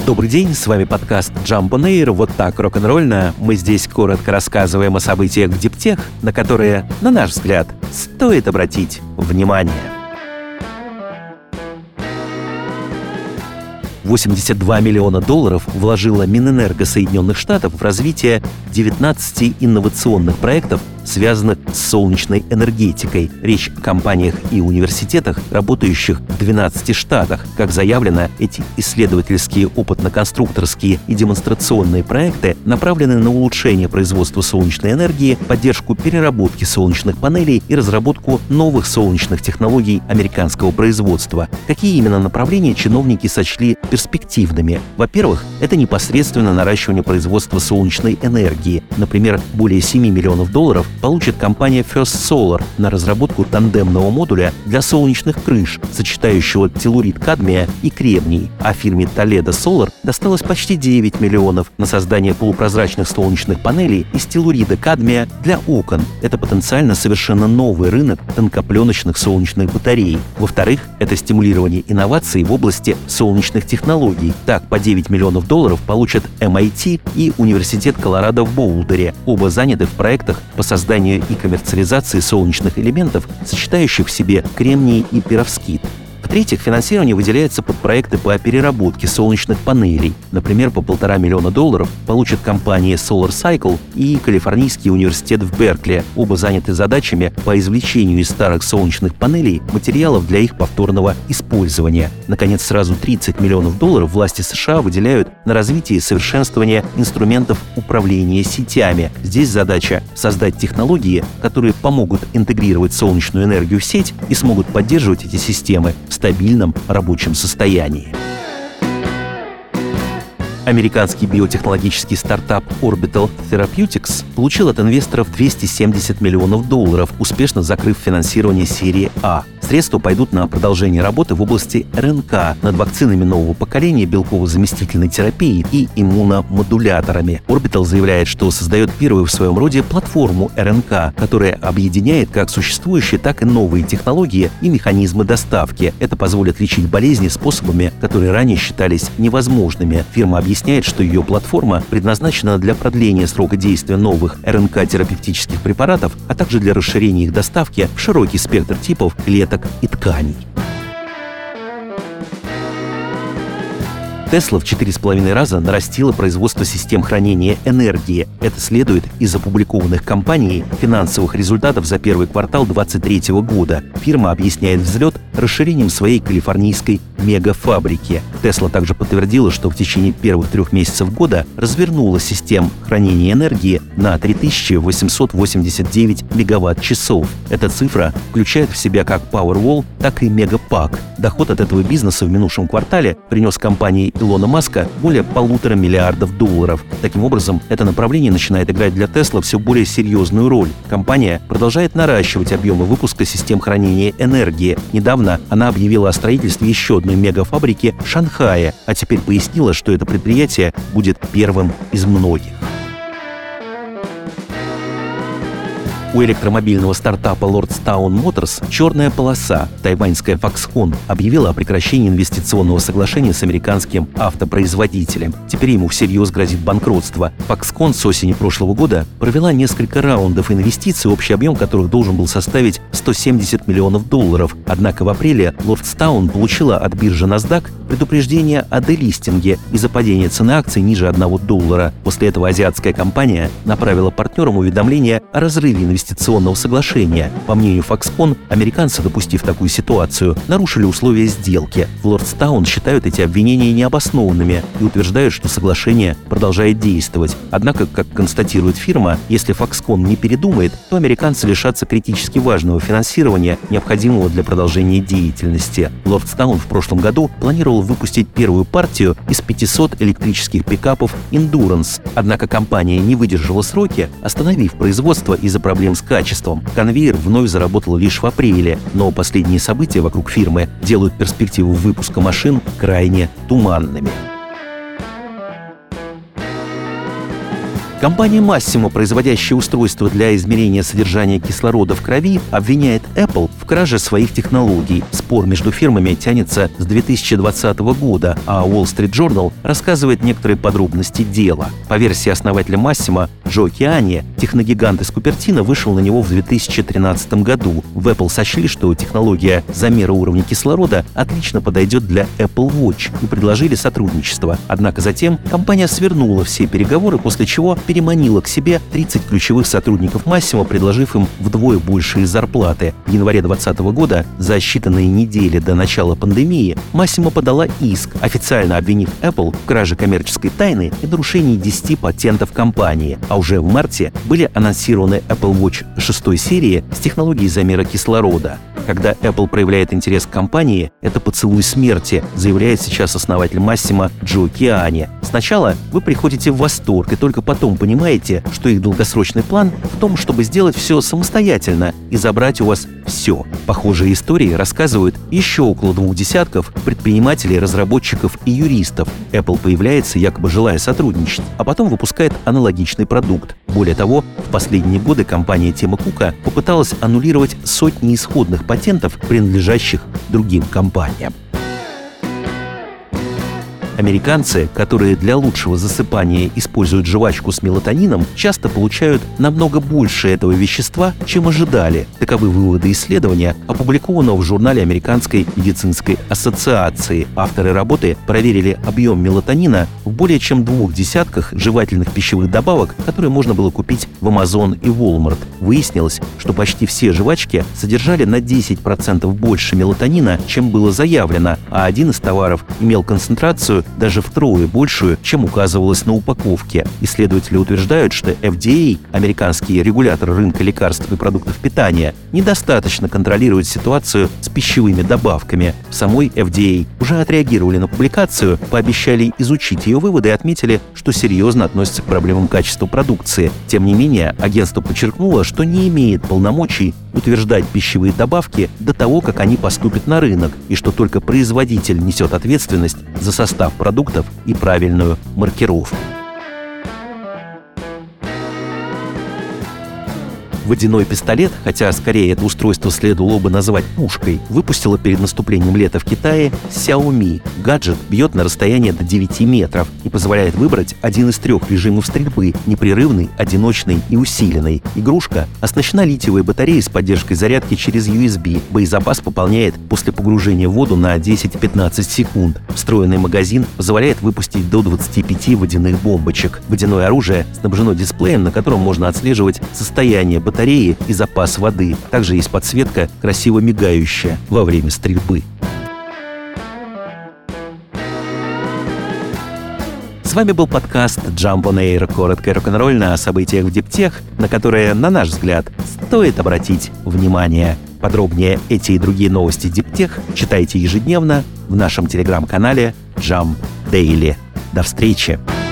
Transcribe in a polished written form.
Добрый день, с вами подкаст Jump on Air. Вот так рок-н-ролльно. Мы здесь коротко рассказываем о событиях в диптех, на которые, на наш взгляд, стоит обратить внимание. 82 миллиона долларов вложила Минэнерго Соединенных Штатов в развитие 19 инновационных проектов, связанных с солнечной энергетикой. Речь о компаниях и университетах, работающих в 12 штатах. Как заявлено, эти исследовательские, опытно-конструкторские и демонстрационные проекты направлены на улучшение производства солнечной энергии, поддержку переработки солнечных панелей и разработку новых солнечных технологий американского производства. Какие именно направления чиновники сочли перспективными? Во-первых, это непосредственно наращивание производства солнечной энергии. Например, более 7 миллионов долларов получит компания First Solar на разработку тандемного модуля для солнечных крыш, сочетающего теллурид кадмия и кремний. А фирме Toledo Solar досталось почти 9 миллионов на создание полупрозрачных солнечных панелей из теллурида кадмия для окон. Это потенциально совершенно новый рынок тонкопленочных солнечных батарей. Во-вторых, это стимулирование инноваций в области солнечных технологий. Так, по 9 миллионов долларов получат MIT и Университет Колорадо в Боулдере. Оба заняты в проектах по созданию и коммерциализации солнечных элементов, сочетающих в себе кремний и перовскит. В-третьих, финансирование выделяется под проекты по переработке солнечных панелей. Например, по $1,5 миллиона получат компании Solar Cycle и Калифорнийский университет в Беркли. Оба заняты задачами по извлечению из старых солнечных панелей материалов для их повторного использования. Наконец, сразу $30 миллионов власти США выделяют на развитие и совершенствование инструментов управления сетями. Здесь задача создать технологии, которые помогут интегрировать солнечную энергию в сеть и смогут поддерживать эти системы в стабильном рабочем состоянии. Американский биотехнологический стартап Orbital Therapeutics получил от инвесторов $270 миллионов, успешно закрыв финансирование серии А. Средства пойдут на продолжение работы в области РНК над вакцинами нового поколения, белково-заместительной терапии и иммуномодуляторами. Orbital заявляет, что создает первую в своем роде платформу РНК, которая объединяет как существующие, так и новые технологии и механизмы доставки. Это позволит лечить болезни способами, которые ранее считались невозможными. Фирма объясняет, что ее платформа предназначена для продления срока действия новых РНК-терапевтических препаратов, а также для расширения их доставки в широкий спектр типов клеток и тканей. Tesla в 4,5 раза нарастила производство систем хранения энергии. Это следует из опубликованных компанией финансовых результатов за первый квартал 2023 года. Фирма объясняет взлет расширением своей калифорнийской мегафабрики. Tesla также подтвердила, что в течение первых 3 месяцев года развернула систем хранения энергии на 3889 мегаватт-часов. Эта цифра включает в себя как Powerwall, так и Megapack. Доход от этого бизнеса в минувшем квартале принес компании Илона Маска более $1,5 миллиарда. Таким образом, это направление начинает играть для Tesla все более серьезную роль. Компания продолжает наращивать объемы выпуска систем хранения энергии. Недавно она объявила о строительстве еще одной мегафабрики в Шанхае, а теперь пояснила, что это предприятие будет первым из многих. У электромобильного стартапа Lordstown Motors черная полоса. Тайваньская Foxconn объявила о прекращении инвестиционного соглашения с американским автопроизводителем. Теперь ему всерьез грозит банкротство. Foxconn с осени прошлого года провела несколько раундов инвестиций, общий объем которых должен был составить $170 миллионов. Однако в апреле Lordstown получила от биржи NASDAQ предупреждение о делистинге из-за падения цены акций ниже $1. После этого азиатская компания направила партнерам уведомление о разрыве инвестиционного соглашения. По мнению Foxconn, американцы, допустив такую ситуацию, нарушили условия сделки. В Lordstown считают эти обвинения необоснованными и утверждают, что соглашение продолжает действовать. Однако, как констатирует фирма, если Foxconn не передумает, то американцы лишатся критически важного финансирования, необходимого для продолжения деятельности. Lordstown в прошлом году планировал выпустить первую партию из 500 электрических пикапов Endurance. Однако компания не выдержала сроки, остановив производство из-за проблем с качеством. Конвейер вновь заработал лишь в апреле, но последние события вокруг фирмы делают перспективу выпуска машин крайне туманными. Компания Massimo, производящая устройства для измерения содержания кислорода в крови, обвиняет Apple в краже своих технологий. Спор между фирмами тянется с 2020 года, а Wall Street Journal рассказывает некоторые подробности дела. По версии основателя Massimo Джо Киани, техногигант из Купертино вышел на него в 2013 году. В Apple сочли, что технология замера уровня кислорода отлично подойдет для Apple Watch и предложили сотрудничество. Однако затем компания свернула все переговоры, после чего переманила к себе 30 ключевых сотрудников Massimo, предложив им вдвое большие зарплаты. В январе 2020 года, за считанные недели до начала пандемии, Massimo подала иск, официально обвинив Apple в краже коммерческой тайны и нарушении 10 патентов компании. А уже в марте были анонсированы Apple Watch 6 серии с технологией замера кислорода. Когда Apple проявляет интерес к компании, это поцелуй смерти, заявляет сейчас основатель Massimo Джо Киани. Сначала вы приходите в восторг и только потом понимаете, что их долгосрочный план в том, чтобы сделать все самостоятельно и забрать у вас все. Похожие истории рассказывают еще около 2 десятков предпринимателей, разработчиков и юристов. Apple появляется, якобы желая сотрудничать, а потом выпускает аналогичный продукт. Более того, в последние годы компания Тима Кука попыталась аннулировать сотни исходных патентов, принадлежащих другим компаниям. Американцы, которые для лучшего засыпания используют жвачку с мелатонином, часто получают намного больше этого вещества, чем ожидали. Таковы выводы исследования, опубликованного в журнале Американской медицинской ассоциации. Авторы работы проверили объем мелатонина в более чем 2 десятках жевательных пищевых добавок, которые можно было купить в Amazon и Walmart. Выяснилось, что почти все жвачки содержали на 10% больше мелатонина, чем было заявлено, а один из товаров имел концентрацию даже втрое большую, чем указывалось на упаковке. Исследователи утверждают, что FDA, американский регулятор рынка лекарств и продуктов питания, недостаточно контролирует ситуацию с пищевыми добавками. В самой FDA уже отреагировали на публикацию, пообещали изучить ее выводы и отметили, что серьезно относятся к проблемам качества продукции. Тем не менее, агентство подчеркнуло, что не имеет полномочий утверждать пищевые добавки до того, как они поступят на рынок, и что только производитель несет ответственность за состав продуктов и правильную маркировку. Водяной пистолет, хотя скорее это устройство следовало бы назвать пушкой, выпустила перед наступлением лета в Китае Xiaomi. Гаджет бьет на расстояние до 9 метров и позволяет выбрать один из 3 режимов стрельбы – непрерывный, одиночный и усиленный. Игрушка оснащена литиевой батареей с поддержкой зарядки через USB. Боезапас пополняет после погружения в воду на 10-15 секунд. Встроенный магазин позволяет выпустить до 25 водяных бомбочек. Водяное оружие снабжено дисплеем, на котором можно отслеживать состояние батареи и запас воды. Также есть подсветка, красиво мигающая во время стрельбы. С вами был подкаст Jump on Air. Коротко и рок-н-ролльно о событиях в диптех, на которые, на наш взгляд, стоит обратить внимание. Подробнее эти и другие новости диптех читайте ежедневно в нашем телеграм-канале Jump Daily. До встречи!